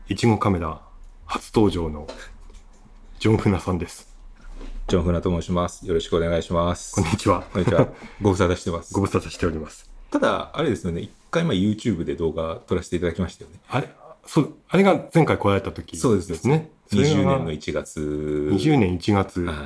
いちごカメラ初登場のジョン・フナさんです。 ジョン・フナと申します。よろしくお願いします。 こんにちは。 こんにちは。ご無沙汰してます。 ご無沙汰しております。 ただ、あれですよね、一回YouTube で動画撮らせていただきましたよね。 あれが前回来られた時ですね。 そうですね。20年の1月。 20年1月、 はい、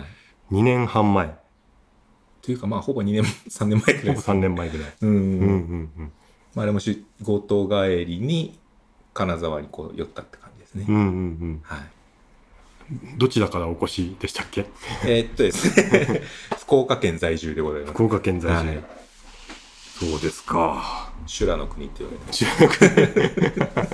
2年半前。 というか、まあ、ほぼ2年、3年前くらいです、ね。 ほぼ3年前ぐらい。 まあ、あれも仕事帰りに金沢にこう寄ったって感じですね。はい。 どちらからお越しでしたっけ？ ですね、福岡県在住でございます。 福岡県在住。はい、そうですか。 修羅の国って言われてます。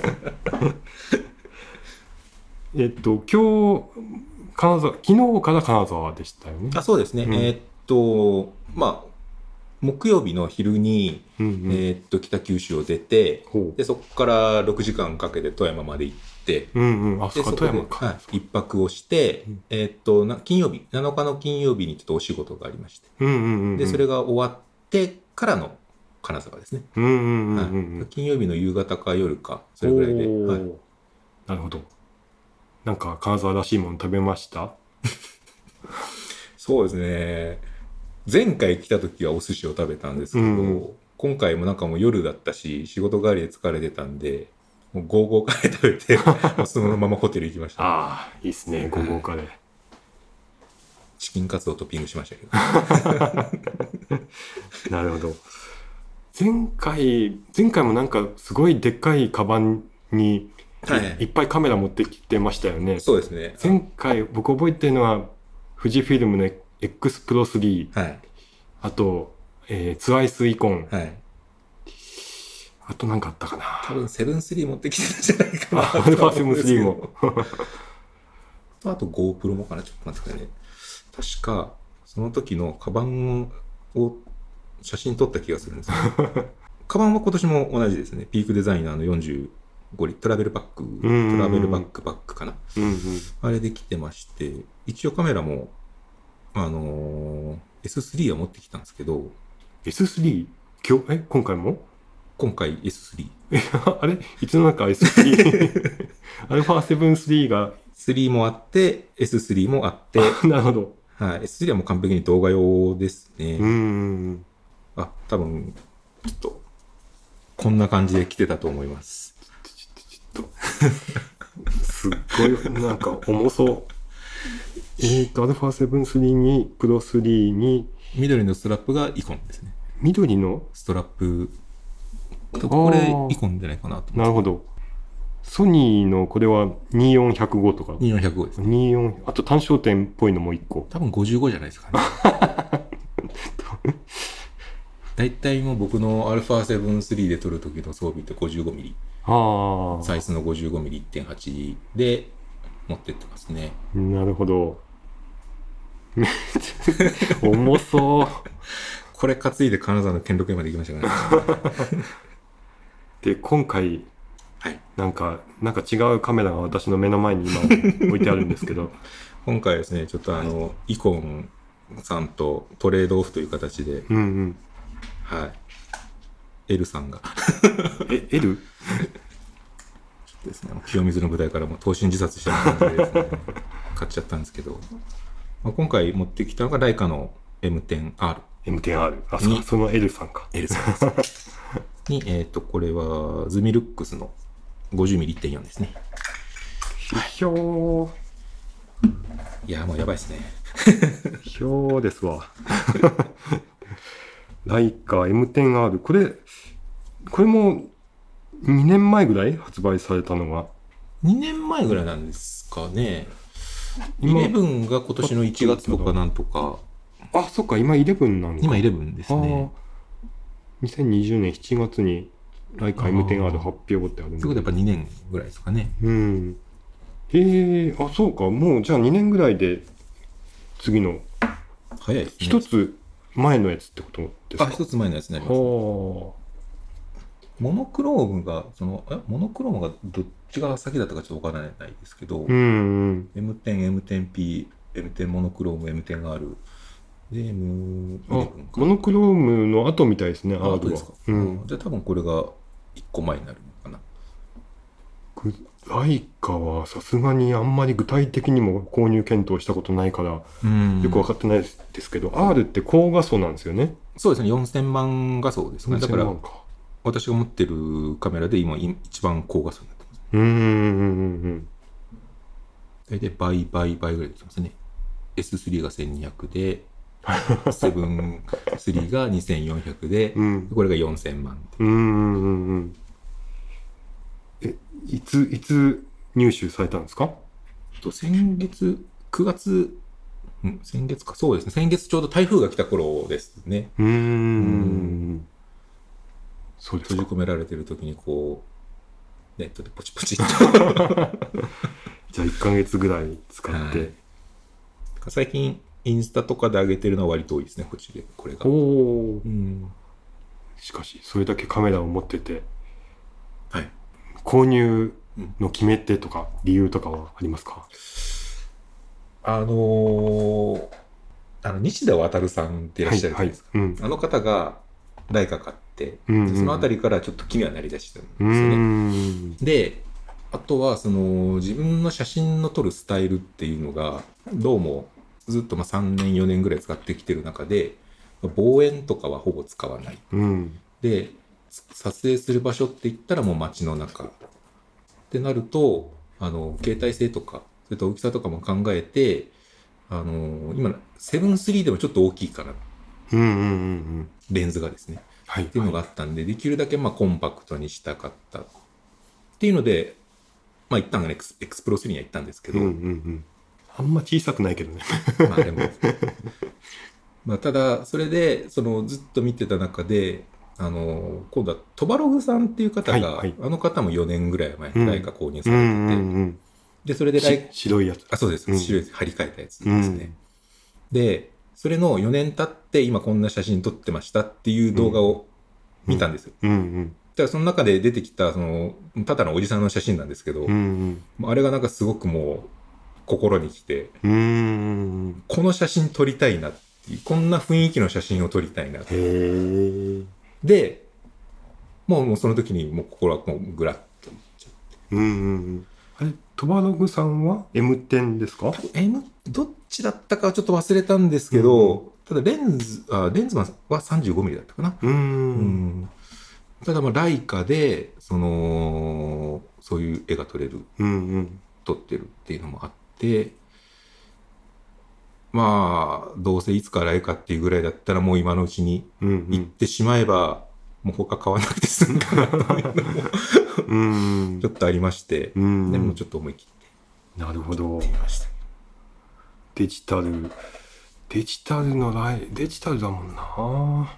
今日、昨日から金沢でしたよね。 あ、そうですね。まあ、木曜日の昼に、北九州を出て、でそこから6時間かけて富山まで行って、 そこで一泊をして、金曜日、7日の金曜日にちょっとお仕事がありまして、でそれが終わってからの金沢ですね。金曜日の夕方か夜か、それぐらいで。 なるほど。なんか金沢らしいもの食べました？ そうですね。前回来た時はお寿司を食べたんですけど、今回もなんかもう夜だったし、仕事帰りで疲れてたんで、もうゴーゴーカレー食べて、そのままホテル行きました、ね。 ああ、いいっすね、ゴーゴーカレー。 チキンカツをトッピングしましたけど。 なるほど。前回もなんかすごいでっかいカバンにいっぱいカメラ持ってきてましたよね。 そうですね。 前回僕覚えてるのは富士フィルムの X プロ3、あと、ツアイスイコン、あと何かあったかな。 多分セブン3持ってきてたんじゃないかな。 アルファセブン3も。 あと GoPro もかな。ちょっと待ってくださいね。確かその時のカバンを写真撮った気がするんですよ。カバンは今年も同じですね。ピークデザイナーの45リトラベルバッグ、トラベルバッグかな。あれで来てまして、一応カメラもS3 は持ってきたんですけど。 S3？ 今回も？ 今回 S3。 あれいつの中 S3？ アルファ7 3が 3もあって S3 もあって。 なるほど。 はい。S3 はもう完璧に動画用ですね。多分ちょっとこんな感じで来てたと思います。 ちょっとすっごいなんか重そう。アルファ7 3にプロ3に緑のストラップがイコンですね。 緑のストラップ、これイコンじゃないかなと思って。 なるほど。ソニーのこれは24105とか。 24105ですね。 24、あと単焦点っぽいのも1個。 多分55じゃないですかね。だいたいもう僕の α7-3 で撮る時の装備って 55mm。サイズの 55mm1.8 で持ってってますね。 なるほど。重そう。 これ担いで金沢の兼六園まで行きましたからね。 で、今回、なんか違うカメラが私の目の前に今置いてあるんですけど。 今回ですね、ちょっとイコンさんとトレードオフという形で、L さんが。 L？ ですね、清水の舞台からも投身自殺したような感じでですね、買っちゃったんですけど、今回持ってきたのがライカの M10R。 あ、その L さんか。 L さんです。に、これはズミルックスの 50mm1.4 ですね。いや、もうやばいですね。 ですわ。ライカ M10R。これも2年前ぐらい発売されたのが。 2年前ぐらいなんですかね。11が今年の1月とかなんとか。 あ、そっか、今11なんだ。 今11ですね。 2020年7月にライカ M10R 発表ってあるんで。 そういうことはやっぱ2年ぐらいですかね。 そうか、もうじゃあ2年ぐらいで次の早いですね。 一つ前のやつってことですか？ 一つ前のやつになります、ね。モノクロームがどっちが先だったかちょっとわからないですけど、M10、M10P、M10 モノクローム、M10R で M11 か。 モノクロームの後みたいですね、 後ですか。じゃあ多分これが1個前になるのかな。 ライカはさすがにあんまり具体的にも購入検討したことないからよく分かってないですけど、R って高画素なんですよね。 そうですね、4000万画素ですね。だから私が持ってるカメラで今一番高画素になってます。大体倍ぐらいできますね。S3 が1200で7-3が2400で、これが4000万で。いつ入手されたんですか？ 先月9月、先月か、そうですね、先月ちょうど台風が来た頃ですね。 そうですか。 閉じ込められてる時にこうネットでポチポチとじゃあ1ヶ月ぐらい使って、はい、 最近インスタとかで上げてるのは割と多いですね、こっちでこれが。 しかしそれだけカメラを持ってて、 はい、 購入の決め手とか理由とかはありますか？ 西田渉さんっていらっしゃるじゃないですか、あの方がライカ買って、そのあたりからちょっと気にはなりだしたんですよね。で、あとはその自分の写真の撮るスタイルっていうのがどうもずっと3年4年ぐらい使ってきてる中で、望遠とかはほぼ使わない、で撮影する場所って言ったらもう街の中ってなると、携帯性とかそれと大きさとかも考えて、今 7-3 でもちょっと大きいかな、レンズがですね、っていうのがあったんで、できるだけコンパクトにしたかったっていうので、一旦がね X プロ3には行ったんですけど、 あんま小さくないけどねでもただそれでずっと見てた中で、今度はトバログさんっていう方が、あの方も4年ぐらい前にライカ購入されてて、でそれで白いやつ、 そうです、白い貼り替えたやつですね、でそれの4年経って今こんな写真撮ってましたっていう動画を見たんですよ。だからその中で出てきたただのおじさんの写真なんですけど、あれがなんかすごくもう心にきて、この写真撮りたいなっていう、こんな雰囲気の写真を撮りたいな。でもうその時にもう心はもうグラッといっちゃって。 あれトバログさんは M10 ですか？ どっちだったかはちょっと忘れたんですけど、ただレンズマンは 35mm だったかな。ただライカでそういう絵が撮れる、撮ってるっていうのもあって、どうせいつかライカっていうぐらいだったらもう今のうちに行ってしまえば、もう他買わなくて済むかなというのもちょっとありまして、でもちょっと思い切って。 なるほど。デジタルだもんな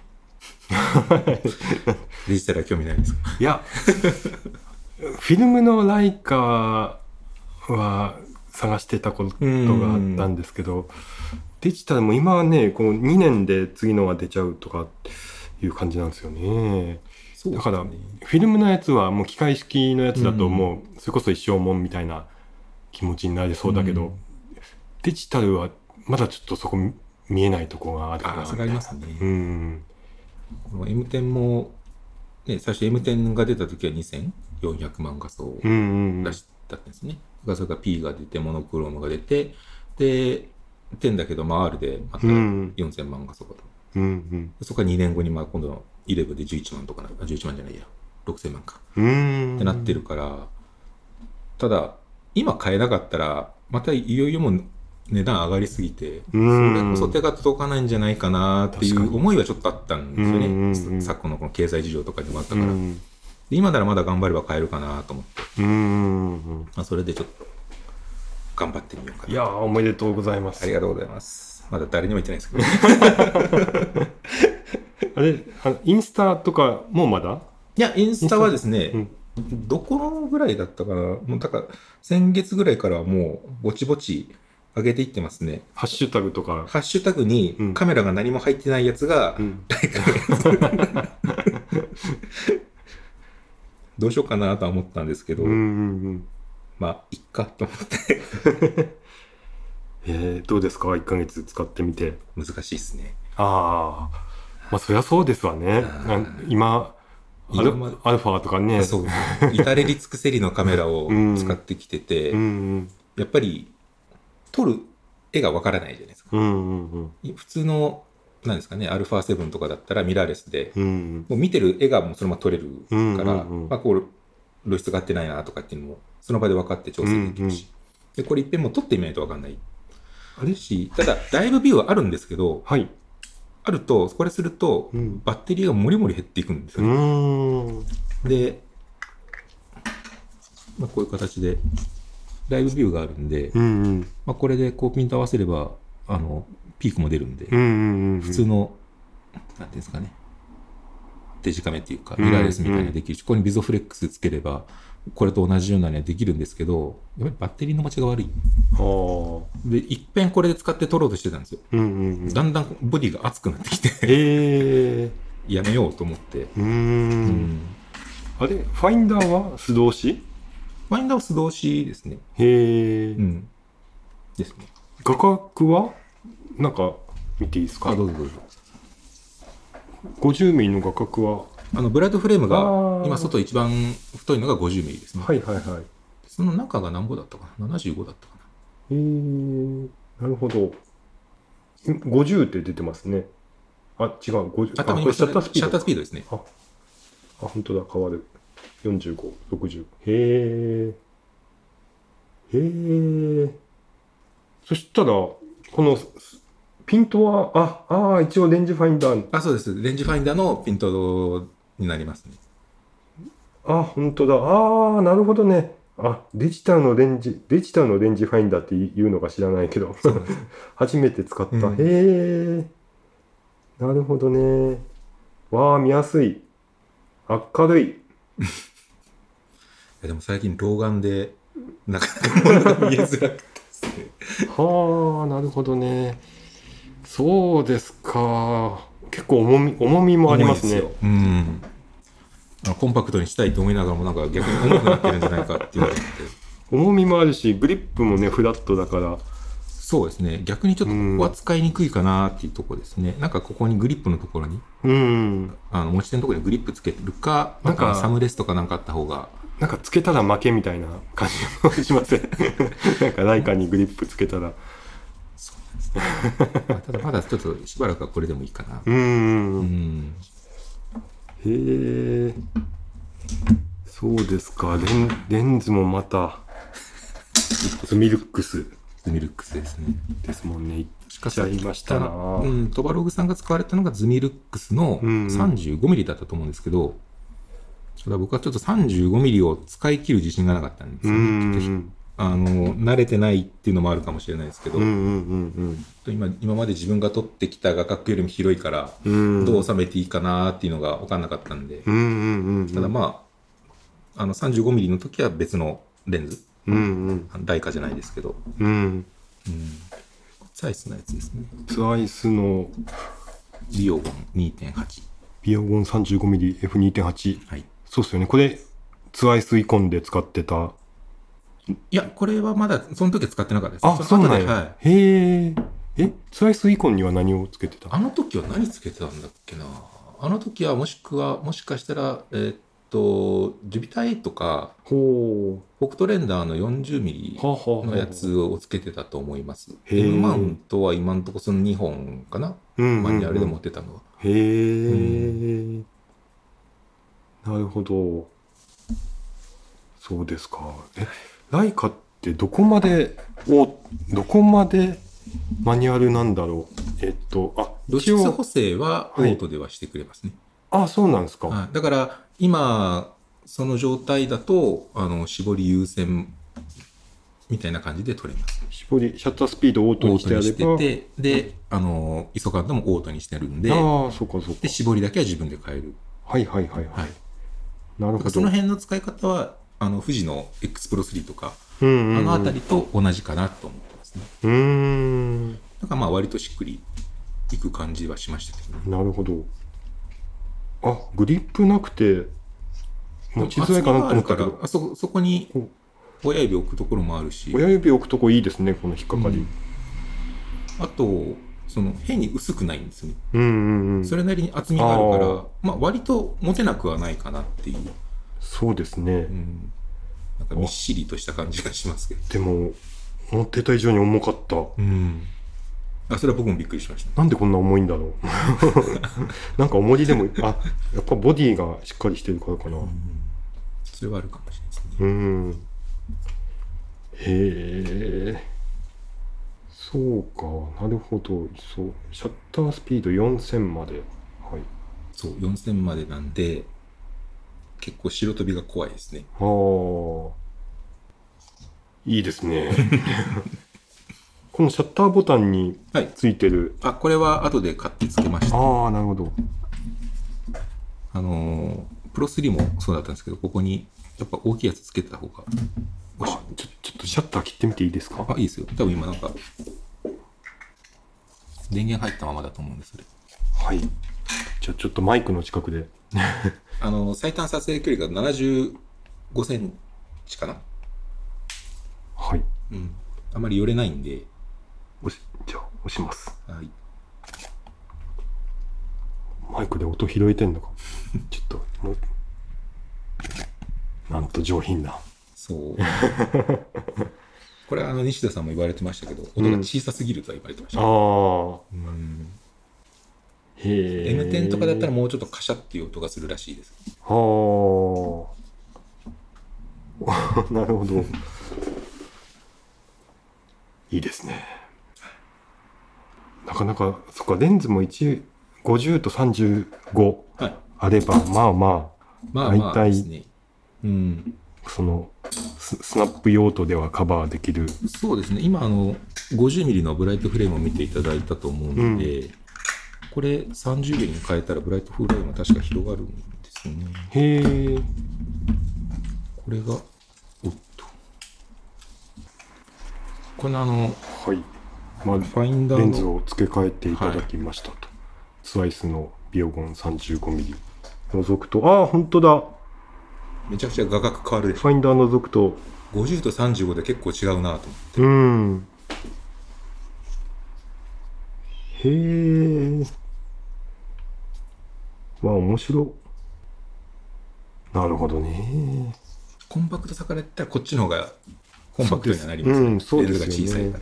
デジタルは興味ないですか？ いやフィルムのライカは探してたことがあったんですけど、デジタルも今はねこの2年で次のが出ちゃうとかいう感じなんですよね。だからフィルムのやつはもう機械式のやつだともうそれこそ一生もんみたいな気持ちになりそうだけど、デジタルはまだちょっとそこ見えないとこがあるかな。 それありますね。この M10 も、ね、最初 M10 が出た時は2400万画素を出したんですね。それから P が出てモノクロームが出て、で10だけどR でまた4000万画素がそこから2年後に今度の11で11万とか11万じゃないや6000万かってなってるから、ただ今買えなかったらまたいよいよもう値段上がりすぎて、それこそ手が届かないんじゃないかなっていう思いはちょっとあったんですよね。昨今のこの経済事情とかにもあったから、で今ならまだ頑張れば買えるかなと思って、それでちょっと頑張ってみようかな。 いやおめでとうございます。 ありがとうございます。まだ誰にも言ってないですけどあれインスタとかもまだ？ いやインスタはですね、どこのぐらいだったかな、もうだから先月ぐらいからはもうぼちぼち上げていってますね。 ハッシュタグとかハッシュタグにカメラが何も入ってないやつが、どうしようかなとは思ったんですけど、まあいっかと思ってどうですか1ヶ月使ってみて。 難しいですね。 まあそりゃそうですわね。今アルファとかね。 そう。至れり尽くせりのカメラを使ってきてて、やっぱり撮る絵がわからないじゃないですか。普通の、なんですかね、α7 とかだったらミラーレスで、もう見てる絵がもうそのまま撮れるから、まあこう、露出が合ってないなとかっていうのも、その場で分かって調整できるし。で、これ一遍も撮ってみないと分かんない。あれし、ただ、ライブビューはあるんですけど、 はい。 あると、これすると、バッテリーがもりもり減っていくんですよね。で、まあ、こういう形で、ライブビューがあるんで、まあ、これでこうピント合わせれば、ピークも出るんで、普通の、なんていうんですかね、デジカメっていうか、ミラーレスみたいなのできるし、ここにビゾフレックスつければ、これと同じようなのはできるんですけど、やっぱりバッテリーの持ちが悪い。で、一遍これで使って撮ろうとしてたんですよ。だんだんボディが熱くなってきて、やめようと思って。 あれファインダーは素通し？ ファインダーは素通しですね。ですね。 画角はなんか見ていいですか？ どうぞどうぞ。 50ミリの画角はブライトフレームが今外一番太いのが50ミリですね。その中が何ぼだったかな ?75 だったかな。 なるほど。50って出てますね。あ、違う。50。 多分今シャッタースピードですね。 本当だ。変わる。45、60。へえ。そしたら、このピントは、一応レンジファインダー。 そうです。レンジファインダーのピントになりますね。 本当だ。なるほどね。デジタルのレンジファインダーっていうのか知らないけど、初めて使った。へえ。なるほどね。見やすい。明るい。 でも最近老眼で、なかなか物が見えづらくてですね。 なるほどね。そうですか。結構重みもありますね。 コンパクトにしたいと思いながらもなんか逆に重くなってるんじゃないかっていうのがあって重みもあるしグリップもねフラットだからそうですね逆にちょっとここは使いにくいかなっていうところですね、なんかここにグリップのところに持ち手のところにグリップつけてるかなんかサムレスとかなんかあった方がなんかつけたら負けみたいな感じもしませんなんかライカにグリップつけたらそうなんですねただまだちょっとしばらくはこれでもいいかなへえ、そうですか。レンズもまたズミルックスですね。 ですもんね。しかしちゃいましたな。 トバログさんが使われたのがズミルックスの35ミリだったと思うんですけど、ただ僕はちょっと35ミリを使い切る自信がなかったんですよね。慣れてないっていうのもあるかもしれないですけど、今まで自分が撮ってきた画角よりも広いから、どう収めていいかなっていうのが分かんなかったんで、ただまあ、35ミリの時は別のレンズ、ライカじゃないですけど、ツアイスのやつですね。 ツアイスのビオゴン 2.8。 ビオゴン 35mm F2.8。 はい。 そうっすよね。これ、ツアイスイコンで使ってた。 いや、これはまだ、その時は使ってなかったです。 そうなんや。へえ。ツアイスイコンには何をつけてた？ あの時は何つけてたんだっけな。あの時はもしかしたら、ジュピター8か、北斗レンダーの40ミリのやつをつけてたと思います。M マウントは今のところその2本かな。マニュアルで持ってたのは。 なるほど。そうですか。ライカってどこまでマニュアルなんだろう。 露出補正はオートではしてくれますね。 そうなんですか。 だから今その状態だと絞り優先みたいな感じで撮れます。 シャッタースピードをオートにしてあればでISOカットもオートにしてるんで、 そうかで絞りだけは自分で変える。 はい。なるほど。 その辺の使い方は富士の X Pro 3とか、あのあたりと同じかなと思ってますね。だからまあ割としっくりいく感じはしましたけどね。 なるほど。グリップなくて持ちづらいかなと思ったけど、 そこに親指置くところもあるし、 親指置くとこいいですね、この引っかかり。 あとその変に薄くないんですよね。 うんうんうん。 それなりに厚みがあるかあらー、 まあ割と持てなくはないかなっていう、 そうですね。 なんかみっしりとした感じがしますけど。 でも、思ってた以上に重かった。 それは僕もびっくりしました、ね。 なんでこんな重いんだろう。なんか重りでも、やっぱボディがしっかりしてるからかな。 それはあるかもしれないですね。 へえ。そうか、なるほど。そう。シャッタースピード4000まで。はい。 そう、4000までなんで、結構白飛びが怖いですね。 いいですね。このシャッターボタンについてる。 これは後で買ってつけました。 なるほど。 プロ3もそうだったんですけど、ここにやっぱ大きいやつつけてた方が。 ちょっとシャッター切ってみていいですか？ いいですよ。多分今なんか、電源入ったままだと思うんです、それ。 はい。じゃあちょっとマイクの近くで。 最短撮影距離が75センチかな。 はい。 あまり寄れないんで。 じゃあ押します。 はい。 マイクで音拾えてんのか。ちょっと、なんと上品な。 そう。これは西田さんも言われてましたけど、音が小さすぎるとは言われてました。 へえ。 M10 とかだったらもうちょっとカシャっていう音がするらしいです。 なるほど。いいですね。なかなか、そっか、レンズも50と35あれば、大体、そのスナップ用途ではカバーできる。 そうですね。今50mm のブライトフレームを見ていただいたと思うので、これ 30mm に変えたらブライトフレームは確か広がるんですよね。 へえ。 これがこれはい。 ファインダーのレンズを付け替えていただきましたと。ツワイスのビオゴン 35mm 覗くと、本当だ。 めちゃくちゃ画角変わるでしょ。 ファインダー覗くと 50と35で結構違うなと思って。 へえ。面白。なるほどね。 コンパクトさから言ったらこっちの方がコンパクトにはなりますね。 そうですね。 レンズが小さいから。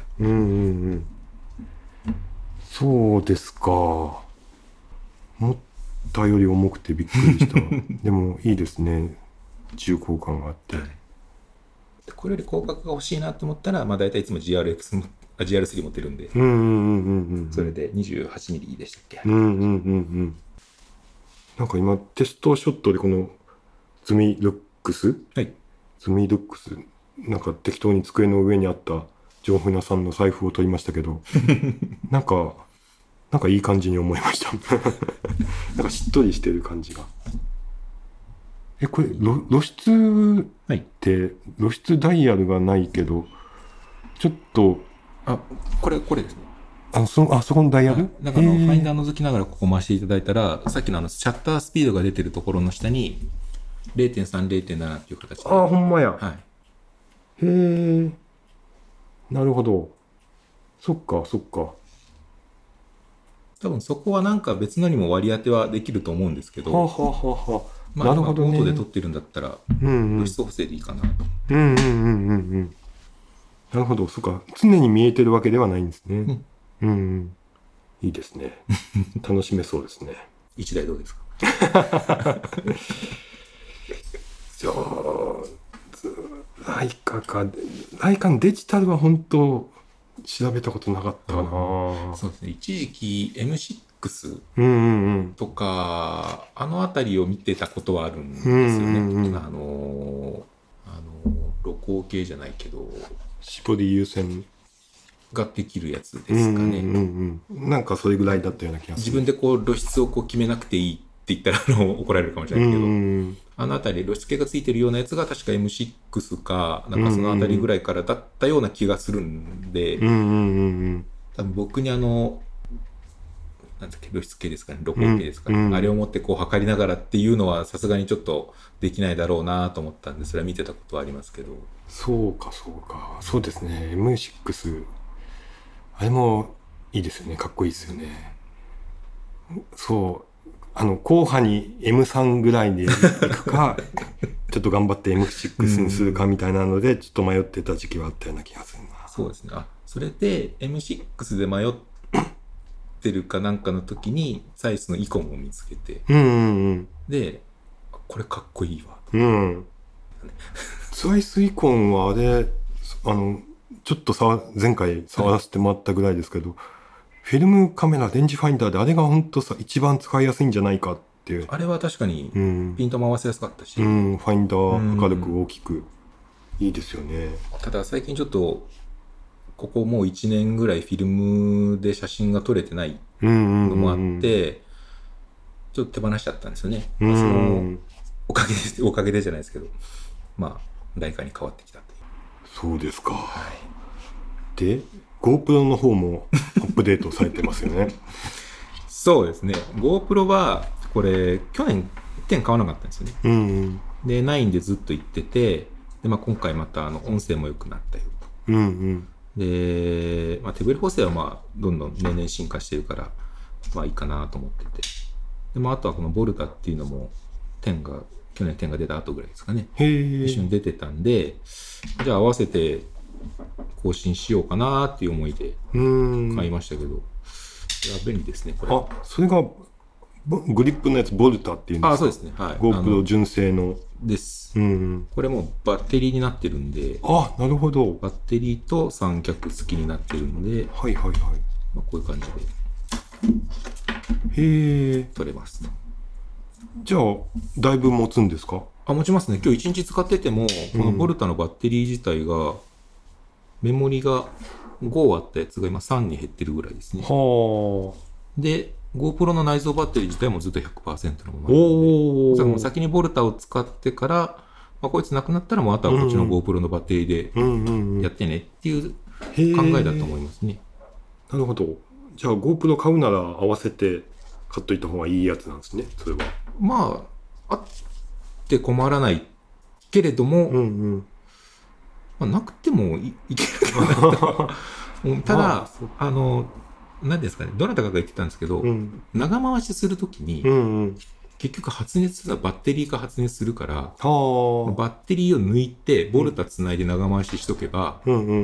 そうですか。思ったより重くてびっくりした。でもいいですね。重厚感があって。 これより広角が欲しいなと思ったら、大体いつも GR3 持ってるんで、それで 28mm でしたっけ。 なんか今テストショットでこのズミルックス、なんか適当に机の上にあった上船さんの財布を取りましたけどなんかいい感じに思いましたなんかしっとりしてる感じが。これ露出って露出ダイヤルがないけどちょっとこれですね。 そこのダイヤル、 だからファインダー覗きながらここ回していただいたら、さっきのシャッタースピードが出てるところの下に 0.3、0.7 っていう形で。 ほんまや。 はい。 へえ。なるほど。そっか。 多分そこはなんか別のにも割り当てはできると思うんですけど。 なるほどね。 オートで撮ってるんだったら、露出補正でいいかなと。 なるほど。そっか。常に見えてるわけではないんですね。いいですね。楽しめそうですね。 1台どうですか？ じゃあ、ライカのデジタルは本当調べたことなかったな。 そうですね。一時期 M6 とか、あたりを見てたことはあるんですよね。露光系じゃないけど、 絞り優先ができるやつですかね。 なんかそれぐらいだったような気がする。 自分で露出を決めなくていいって言ったら怒られるかもしれないけど、あたり露出系がついてるようなやつが確か M6 か、なんかそのあたりぐらいからだったような気がするんで、多分僕になんだっけ、露出系ですかね、露光系ですかね、あれを持って測りながらっていうのはさすがにちょっとできないだろうなと思ったんで、それは見てたことはありますけど。 そうですね。M6 あれもいいですよね。かっこいいですよね。そう。後半に M3 ぐらいで行くか、ちょっと頑張って M6 にするかみたいなので、ちょっと迷ってた時期はあったような気がするな。 そうですね。あ、それで M6 で迷ってるかなんかの時に、サイスのイコンを見つけて、 うんうんうん。 で、これかっこいいわ。 うん。スライスイコンはあれ、ちょっと前回触らせてもらったぐらいですけど、フィルムカメラ、レンジファインダーであれが本当さ、一番使いやすいんじゃないかっていう。 あれは確かにうん。 ピントも合わせやすかったし、 うん、ファインダー明るく大きく。いいですよね。 ただ最近ちょっと、ここもう1年ぐらいフィルムで写真が撮れてないうんうんのもあって、ちょっと手放しちゃったんですよね。 うんうん。 そのおかげでじゃないですけど、まあ、ライカに変わってきたという。 そうですか。で、GoPro の方もアップデートされてますよね。 そうですね。GoPro は、これ、去年1点買わなかったんですよね。 うんうんで、9でずっと行ってて、で、まあ、今回また音声も良くなったよと。 うんうんで、まあ、手ブレ補正はまあ、どんどん年々進化してるから、まあいいかなと思ってて。で、まあ、あとはこのボルタっていうのも、去年10が出た後ぐらいですかね。 へえ。 一緒に出てたんで、じゃあ合わせて更新しようかなっていう思いで買いましたけど、いや、便利ですね、これ。 あ、それがグリップのやつ、ボルタっていうんですか？ あ、そうですね。はい。 GoPro 純正の。 です。 うん。 これもうバッテリーになってるんで、 あ、なるほど。 バッテリーと三脚付きになってるので、 はいはいはい。 まあ、こういう感じでへえ。 撮れますと。 じゃあ、だいぶ持つんですか？ あ、持ちますね。今日1日使ってても、このボルタのバッテリー自体が、メモリが5あったやつが今3に減ってるぐらいですね。 はあ。 で、GoPro の内蔵バッテリー自体もずっと 100% のままなので、 おだからもうー。 先にボルタを使ってから、まあ、こいつなくなったらもうあとはこっちの GoPro のバッテリーでうんうんうん。 やってねっていうへー考えだと思いますね。 なるほど。じゃあ GoPro 買うなら合わせて買っといた方がいいやつなんですね、それは。 まあ、あって困らないけれども、 うんうん。 まあ、なくてもいけるかなと。ただ、 まあ何ですかね、どなたかが言ってたんですけど、 うん長回しするときに、 うんうん。 結局発熱するのはバッテリーが発熱するから、 はあ。 バッテリーを抜いて、ボルタつないで長回ししとけば、 うんうん。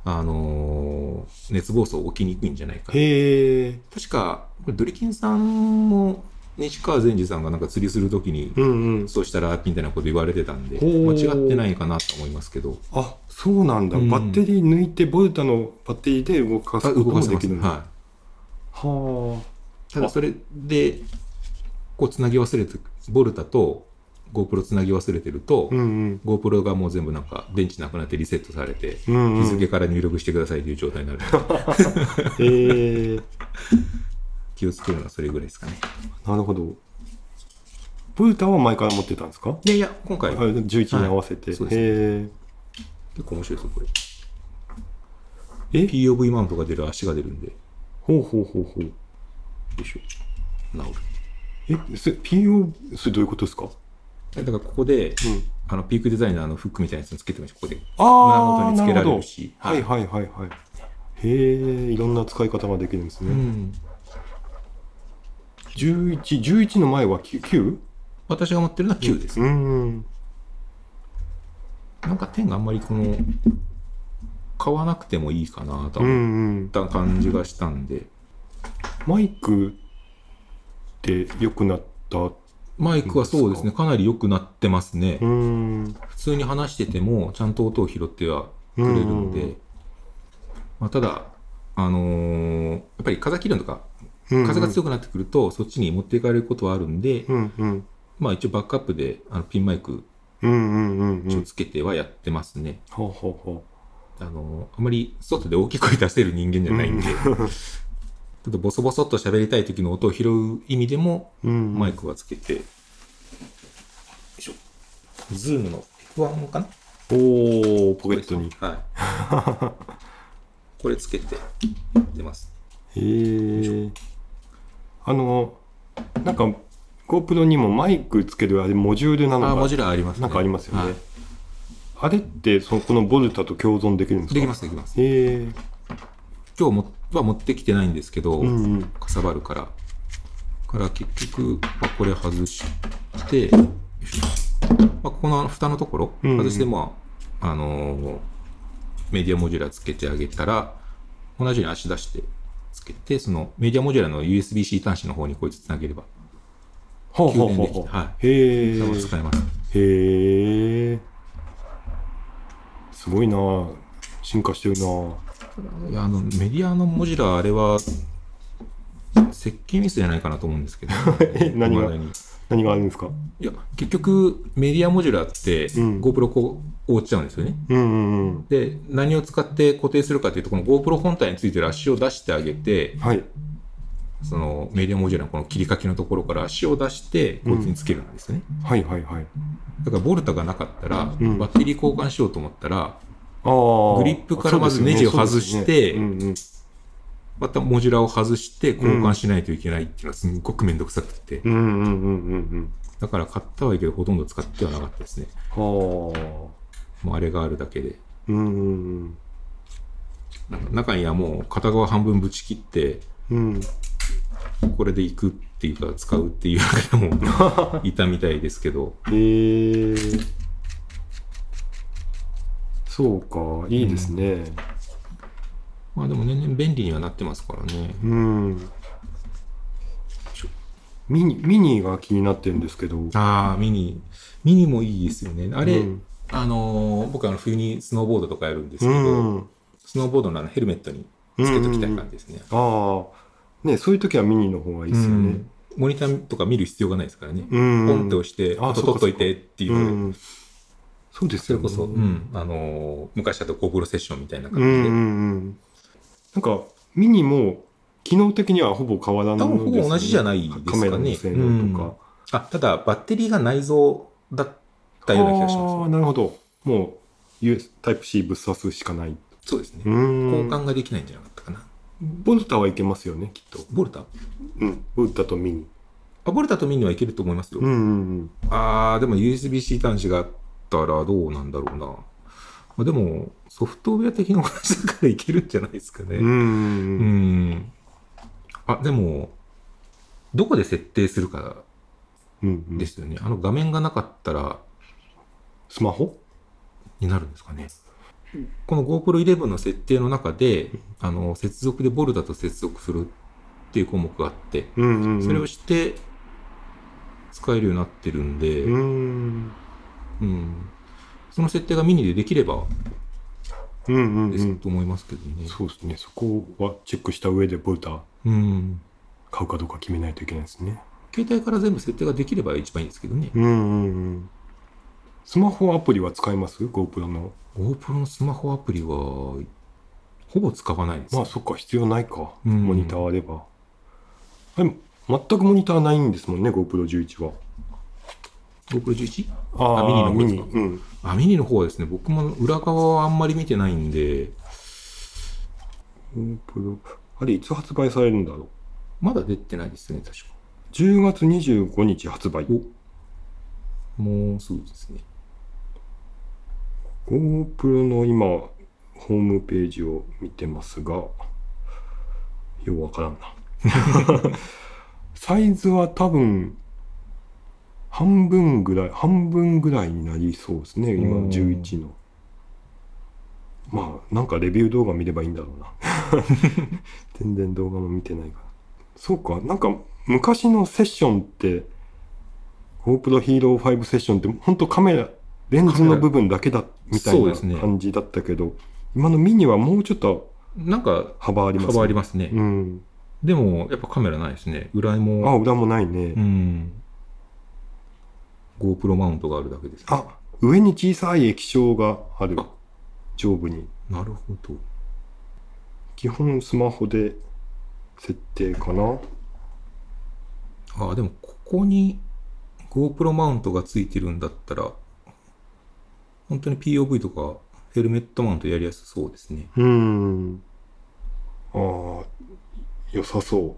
熱暴走起きにくいんじゃないか。 へえ。 確か、これドリキンさんも、西川善治さんがなんか釣りするときに、 うんうん。 そうしたら、みたいなこと言われてたんで、 ほう間違ってないかなと思いますけど。 あ、そうなんだ。 うんバッテリー抜いて、ボルタのバッテリーで動かすこともできるんだ。 はい。 はただそれで、こうつなぎ忘れて、ボルタと GoPro つなぎ忘れてると、 あ。うんうん。 GoPro がもう全部なんか電池なくなってリセットされて、 うんうん日付から入力してくださいという状態になる。 へえ。 気をつけるのはそれぐらいですかね。 なるほど。ボルタは前から持ってたんですか？ いやいや、今回、 11に合わせて。 はいそうですねへえ。 結構面白いですよ、これ。 え POV マウントが出る、足が出るんで、よほうほうほうほう。 いしょ。治る。 PO、それどういうことですか？ だからここで、 うん。 ピークデザイナーのフックみたいなやつにつけてみましょう、ここで。 ああ、 胸元につけられなるほど。 るし。 はいはいはいはい。へえ、いろんな使い方ができるんですね。 うん。 11の前は 9？ 私が持ってるのは9です。 うん。 なんか10があんまりこの、買わなくてもいいかなとうんう思っん。 た感じがしたんで、 マイクって良くなったマイクはそうですね、かなり良くなってますね。 うん普通に話してても、ちゃんと音を拾ってはくれるので、まあ、ただ、やっぱり風切るのとか、風が強くなってくると、そっちに持っていかれることはあるんで、まあ一応バックアップでピンマイクをつけてはやってますね。 ほうほうほあまり外で大きい声出せる人間じゃないんで、ちょっとボソボソっと喋りたい時の音を拾う意味でも、マイクはつけて、よいしょ。ズームの F1 かな？ おー、ポケットに。 はい。これつけて出ます。 へえ。なんか GoPro にもマイクつけるあれモジュールなのがモジュールありますね。 なんかありますよね。 はい、 あれってこのボルタと共存できるんですか？ できます、できます。 へえ。 今日は持ってきてないんですけど、 うんうん。 かさばるから。から結局、これ外して、よいしょ、この蓋のところ、外して、メディアモジュラつけてあげたら、同じように足出してつけて、そのメディアモジュラの USB-C 端子の方にこいつつなげれば、 ほうほう給電できて、 ほうほう。 はい。 へ多分使えます。 へえ。すごいなぁ。進化してるなぁ。 いやメディアのモジュラ、あれは、設計ミスじゃないかなと思うんですけど、 何が未だに何があるんですか？ いや、結局、メディアモジュラって、GoPro こう覆っちゃうんですよね。 うんうんうん。 で、何を使って固定するかというと、この GoPro 本体についてる足を出してあげて、 はい。 そのメディアモジュラのこの切り欠きのところから足を出して、こいつにつけるんですよね。 はいはいはい。 だから、ボルタがなかったら、 んバッテリー交換しようと思ったら、 ああ。 グリップからまずネジを外して、 うんうん。 またモジュラを外して交換しないといけないっていうのはすっごくめんどくさくって。 うんうんうんうんうんだから買ったはいいけど、ほとんど使ってはなかったですね。 うん。はあ。 もうあれがあるだけで。 うんうん中にはもう片側半分ぶち切って、 うん。 これで行くっていうか使うっていう方もいたみたいですけど。 へえ。そうか、いいですね。 まあでも年々便利にはなってますからね。 うん。ミニが気になってるんですけど。 ああ、ミニもいいですよね。あれ、 うん、 僕冬にスノーボードとかやるんですけど、 うん、 スノーボードのヘルメットにつけときたい感じですね。 ああ、ね、そういう時はミニの方がいいですよね。 モニターとか見る必要がないですからね。 うん、 ポンって押して音取っといてっていうので。 そうですよね。 それこそ、昔だと GoPro セッションみたいな感じで。 なんか、ミニも機能的にはほぼ変わらないのです、ね。多分ほぼ同じじゃないですかね。 カメラの性能とか。 ただバッテリーが内蔵だったような気がします。 ああ、なるほど。もう、タイプ C ぶっ刺すしかない。 そうですね。交換ができないんじゃなかったかな。 ボルタはいけますよね、きっと。 ボルタ？ ボルタとミニ。 ボルタとミニはいけると思いますよ。でも USB-C 端子があったらどうなんだろうな。でも、ソフトウェア的な話だからいけるんじゃないですかね。でも、どこで設定するかですよね。画面がなかったら、 スマホになるんですかね。この GoPro 11の設定の中で、接続でボルタと接続するっていう項目があって、それをして使えるようになってるんで、その設定がミニでできれば、ですと思いますけどね。 そうですね。そこはチェックした上でボルタ買うかどうか決めないといけないですね。 携帯から全部設定ができれば一番いいんですけどね。 スマホアプリは使えます ?GoPro の。 GoPro のスマホアプリは、ほぼ使わないです。 まあそっか、必要ないか。モニターあれば。全くモニターないんですもんね、GoPro 11は。 GoPro 11？ ミニの方ですか？ミニの方はですね、僕も裏側はあんまり見てないんで。 GoPro、あれいつ発売されるんだろう。 まだ出てないですね、確か。 10月25日発売。 もうすぐですね。 GoPro の今、ホームページを見てますが、ようわからんな。サイズは多分、半分ぐらいになりそうですね、今11の。まあ、なんかレビュー動画見ればいいんだろうな。全然動画も見てないから。そうか、なんか昔のセッションって、GoPro Hero 5セッションって本当レンズの部分だけだみたいな感じだったけど、今のミニはもうちょっとなんか幅ありますね。 幅ありますね。でもやっぱカメラないですね。裏も。 裏もないね。 GoPro マウントがあるだけです、ね。 上に小さい液晶がある。上部に。 なるほど。 基本スマホで設定かな。 でもここに GoPro マウントがついてるんだったら、本当に POV とかヘルメットマウントやりやすそうですね。 良さそう。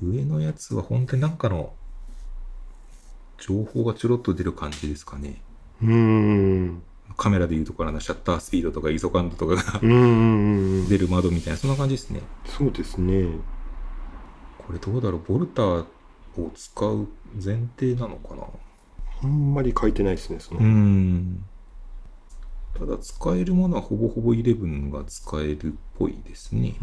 上のやつは本当になんかの情報がちょろっと出る感じですかね。 カメラでいうところのシャッタースピードとか ISO 感度とかが出る窓みたいな、そんな感じですね。 そうですね。 これどうだろう、ボルタを使う前提なのかな。 あんまり書いてないですね、その。 ただ使えるものはほぼほぼ11が使えるっぽいですね。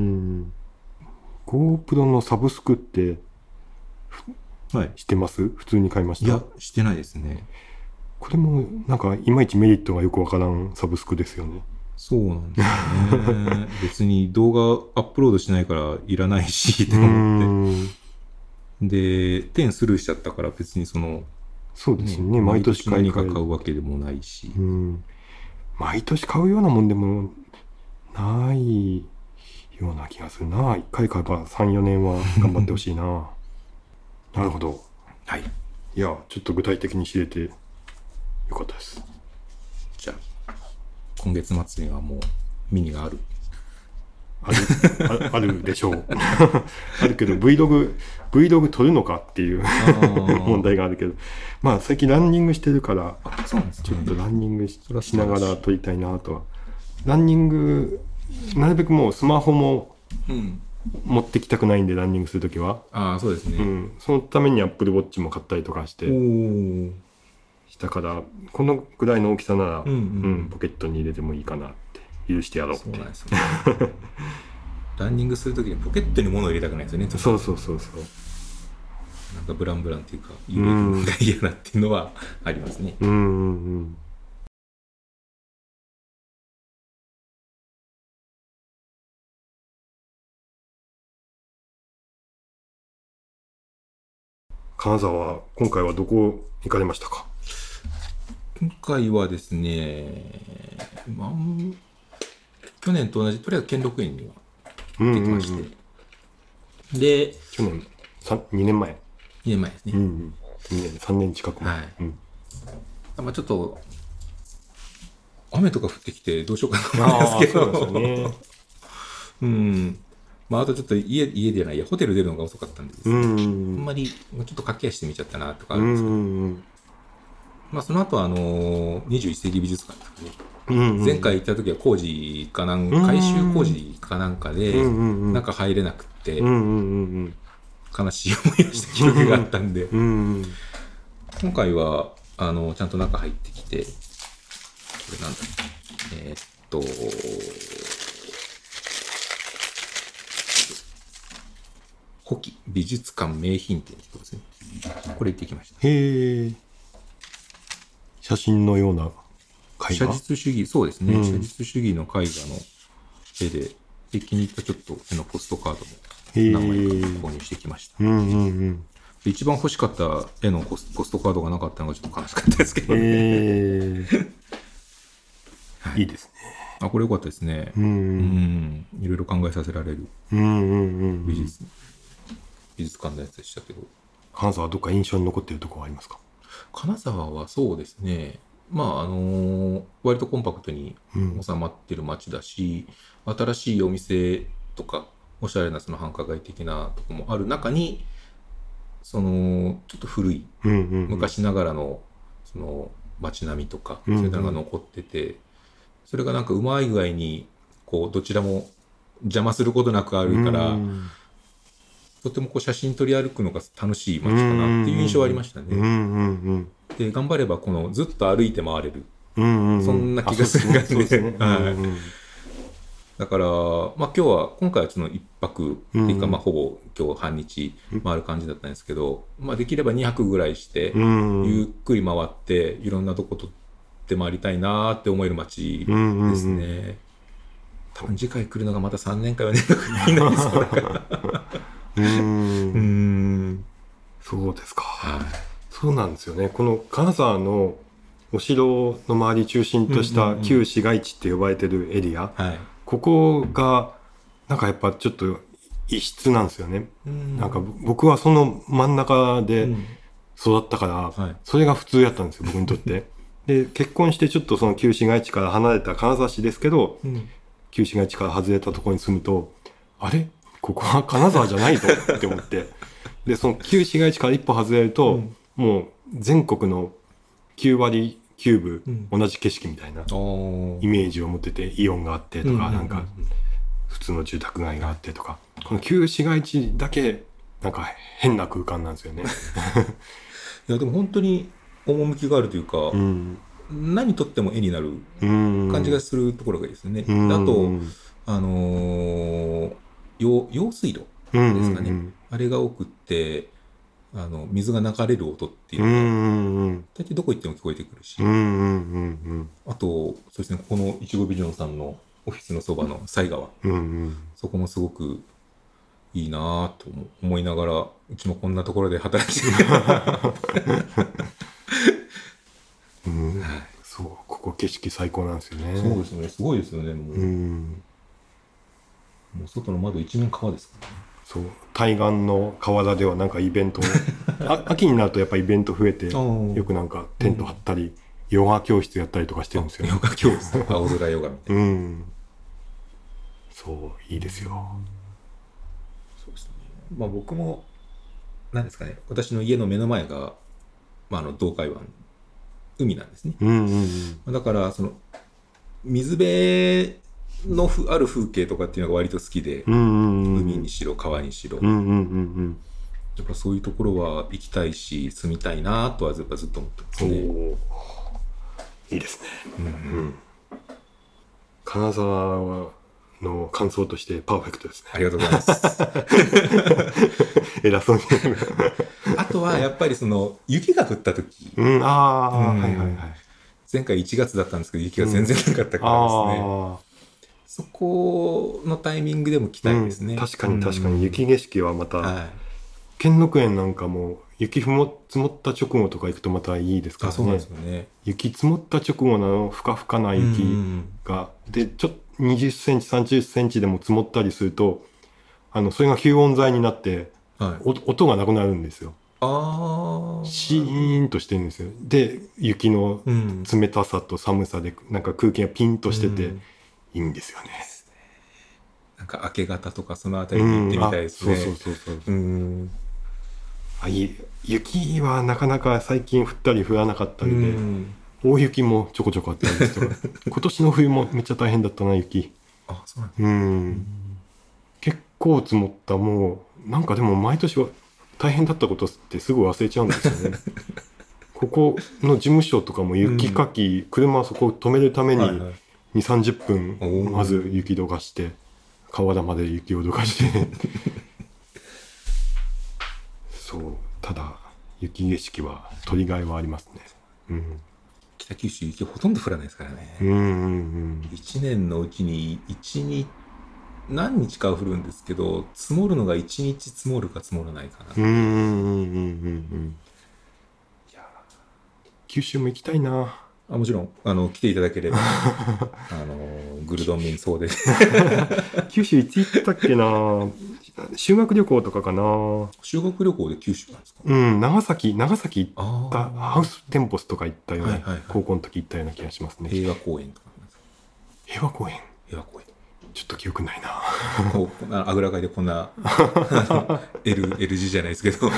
GoPro のサブスクってはい。 してます？普通に買いました？ いや、してないですね。 これもなんかいまいちメリットがよくわからんサブスクですよね。 そうなんですよね。別に動画アップロードしないからいらないしって思って。で、10スルーしちゃったから別にその、 そうですね。毎年何か買うわけでもないし。 毎年買うようなもんでもないような気がするな。1回買えば3、4年は頑張ってほしいな。なるほど。 はい。 いや、ちょっと具体的に知れてよかったです。 じゃあ、今月末にはもうミニがある。 あるでしょう。あるけど Vlog 撮るのかっていう問題があるけど、まあ最近ランニングしてるから、 そうなんですね、 ちょっとランニング しながら撮りたいなとは。ランニングなるべくもうスマホも持ってきたくないんで、ランニングするときは。 そうですね。 そのために Apple Watch も買ったりとかしてしたから、このぐらいの大きさなら、ポケットに入れてもいいかなって許してやろうって。そうなんですね。 ランニングするときにポケットに物を入れたくないですよね。 そう。 なんかブランっていうか、揺れるのが嫌なっていうのはありますね。 金沢、今回はどこ行かれましたか？ 今回はですね、去年と同じ、とりあえず兼六園には行ってきまして。で、 去年、2年前。2 年前ですね。 2年、3年近く前。はい。 まあちょっと、雨とか降ってきてどうしようかなと思うんですけど。そうですよね。まああとちょっと家でないや、ホテル出るのが遅かったんでですね。あんまり、ちょっと駆け足してみちゃったなとかあるんですけど。まあその後21世紀美術館ですかね。前回行った時は改修工事かなんかで、中入れなくって、悲しい思いをした記憶があったんで、今回は、ちゃんと中入ってきて、これなんだ保木美術館名品展ってことですね。これ行ってきました。 へえ。写真のような絵画？ 写実主義、そうですね。写実主義の絵画の絵で、気に入ったちょっと絵のポストカードも何枚か購入してきました。一番欲しかった絵のポストカードがなかったのがちょっと悲しかったですけどね。 はい、いいですね。 これ良かったですね。いろいろ考えさせられる美術館のやつでしたけど。 金沢はどっか印象に残っているところはありますか？ 金沢はそうですね。まあ割とコンパクトに収まってる街だし、新しいお店とかおしゃれなその繁華街的なとこもある中に、そのちょっと古い、昔ながらのその街並みとか、そういうのが残ってて、それがなんかうまい具合にこうどちらも邪魔することなくあるから、とてもこう写真撮り歩くのが楽しい街かなっていう印象はありましたね。で頑張ればこのずっと歩いて回れる、そんな気がする感じで、だから、まあ今回はその1泊っていうか、まあほぼ今日半日回る感じだったんですけど、まあできれば2泊ぐらいして、ゆっくり回っていろんなとこ撮って回りたいなって思える街ですね。多分次回来るのがまた3年か4年かくらいになりそうだから。 そうですか。そうなんですよね。この金沢のお城の周り中心とした旧市街地って呼ばれてるエリア、ここがなんかやっぱちょっと異質なんですよね。なんか僕はその真ん中で育ったから、それが普通やったんですよ、僕にとって。で、結婚してちょっとその旧市街地から離れた金沢市ですけど、旧市街地から外れたところに住むと、あれここは金沢じゃないぞって思って。で、その旧市街地から一歩外れると、もう全国の9割キューブ、 うん同じ景色みたいなあーイメージを持ってて、イオンがあってとか、 うんうんうんなんか普通の住宅街があってとか、この旧市街地だけなんか変な空間なんですよね。 いやでも本当に趣があるというか、 うん何とっても絵になるうん感じがするところがいいですよね。 うんであと、用水路ですかね、あれが多くって水が流れる音っていううんうのがんうん大体どこ行っても聞こえてくるし、 うんうんあとそうですね、ここのいちごビジョンさんのオフィスのそばの犀川、 うんうんそこもすごくいいなぁと思いながら、うちもこんなところで働いてうんそう、ここ景色最高なんですよね。 そうですね、すごいですよね。もう外の窓一面川ですからね。 そう、対岸の河原ではなんかイベント秋になるとやっぱイベント増えて、よくなんかテント張ったり、ヨガ教室やったりとかしてるんですよね。 ヨガ教室、青空ヨガみたいな。 そういいですよ。 そうですね。まあ僕も何ですかね、私の家の目の前が、洞海湾、海なんですね。だからその水辺のある風景とかっていうのが割と好きで、海にしろ川にしろ、やっぱそういうところは行きたいし住みたいなとはずっと思ってますね。 いいですね。金沢の感想としてパーフェクトですね。 ありがとうございます。 偉そうに。 あとはやっぱりその雪が降った時、前回1月だったんですけど雪が全然なかったからですね、そこのタイミングでも来たいですね。 確かに雪景色はまた、兼六園なんかも雪積もった直後とか行くとまたいいですからね。 そうなんですよね。 雪積もった直後のふかふかな雪が、でちょっと20センチ30センチでも積もったりすると、それが吸音材になって、音がなくなるんですよ。シーンとしてるんですよ。で雪の冷たさと寒さでなんか空気がピンとしてていいんですよね。 なんか明け方とかそのあたりに行ってみたいですね。 雪はなかなか最近降ったり降らなかったりで、大雪もちょこちょこあったりですとか今年の冬もめっちゃ大変だったな、雪。 そうなんです結構積もった。もうなんかでも毎年は大変だったことってすぐ忘れちゃうんですよね。ここの事務所とかも雪かき、車そこを止めるために2、30分まず雪どかして河原まで雪をどかしてそうただ雪景色は取りがいはありますね。 北九州雪ほとんど降らないですからね。1年のうちに何日かは降るんですけど、積もるのが1日積もるか積もらないかな。 九州も行きたいな。 もちろん来ていただければグルドンミンそうで九州いつ行ったっけな。修学旅行とかかな。 修学旅行で九州なんですか。 長崎行ったハウステンボスとか行ったような、高校の時行ったような気がしますね。 平和公園とか。 平和公園ちょっと記憶ないな。 あぐらかいでこんなL 字じゃないですけど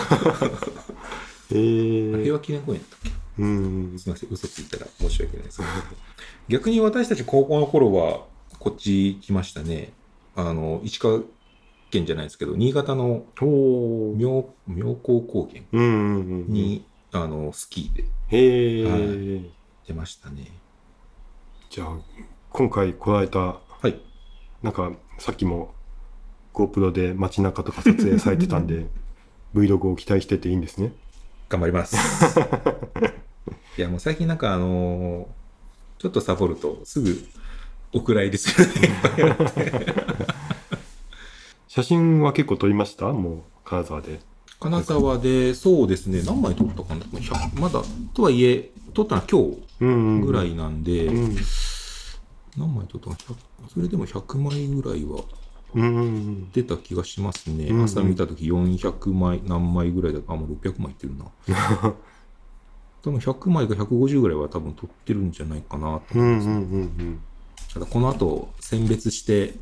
平和記念公園だったっけ。すみません、嘘ついたら申し訳ないです。逆に私たち高校の頃はこっち来ましたね。石川県じゃないですけど、新潟の妙高高原にスキーで出ましたね。 じゃあ今回来られた、なんかさっきも GoPro で街中とか撮影されてたんでVlog を期待してていいんですね。 頑張りますいやもう最近なんかちょっとサボるとすぐお蔵入りするのいっぱいあって写真は結構撮りました？もう金沢で。 そうですね、何枚撮ったかな。まだとはいえ撮ったのは今日ぐらいなんで、何枚撮ったかそれでも100枚ぐらいは出た気がしますね。朝見た時400枚何枚ぐらいだと、もう600枚いってるな多分100枚か150ぐらいは多分撮ってるんじゃないかなと思いますね。ただこの後選別して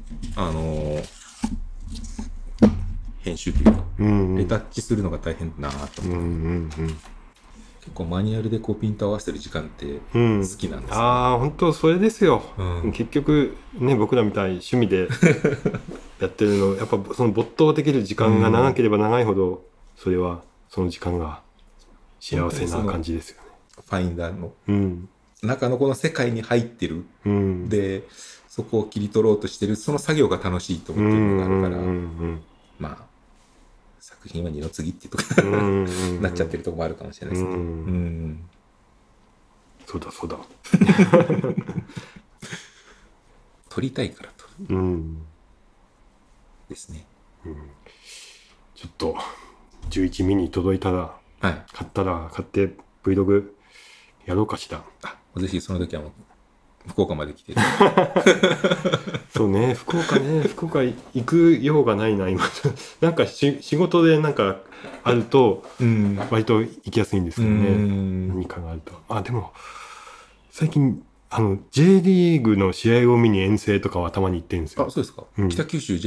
編集というか、レタッチするのが大変だなと思って、 結構マニュアルでこうピント合わせてる時間ってうん。 好きなんですよ、 ああ、本当それですよ。 うん結局、ね、僕らみたいに趣味でやってるの、やっぱその没頭できる時間が長ければ長いほど、それは、その時間が幸せな感じですよね。 ファインダーのうん。 中のこの世界に入ってる、 うん。 でそこを切り取ろうとしてるその作業が楽しいと思ってるのがあるから、まあ作品は二の次っていうとこなっちゃってるところもあるかもしれないですね。 そうだそうだ。 撮りたいからとですね。 ちょっと11ミニ届いたら、 はい。 買って Vlog やろうかしら。 ぜひその時はもう福岡まで来てそうね、福岡行くようがないな今。なんか仕事でなんかあると割と行きやすいんですけどね。何かがあると。でも最近J リーグの試合を見に遠征とかはたまに行ってるんですよ。 そうですか。北九州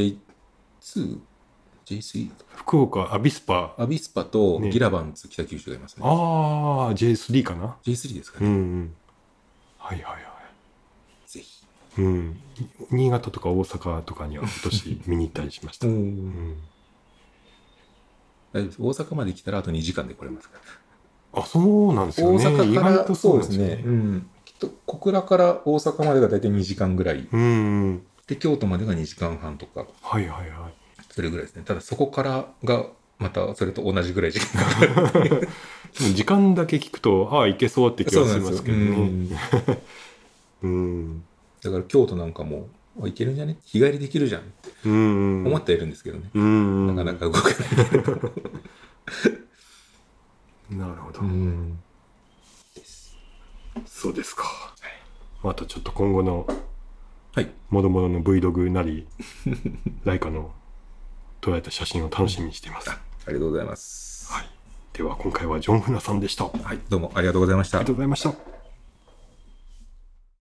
J2、J3 福岡アビスパとギラバンツ北九州がいますね。 J3 かな。 J3 ですかね。 はいはいはい。 ぜひ。 新潟とか大阪とかには今年見に行ったりしました。 大阪まで来たらあと2時間で来れますから。 そうなんですよね。 大阪から意外とそうですね。 きっと小倉から大阪までが大体2時間ぐらい。で、京都までが2時間半とか。 はいはいはい。 それぐらいですね。ただそこからがまたそれと同じぐらい時間がかかる。 時間だけ聞くと、行けそうって気はしますけどね。 だから京都なんかも、行けるんじゃね、日帰りできるじゃんって思ってはいるんですけどね。なかなか動かない。 なるほど。そうですか。またちょっと今後のもろもろの Vlog なりライカの撮られた写真を楽しみにしています。 ありがとうございます。 では今回はジョン・フナさんでした。 どうもありがとうございました。 ありがとうございました。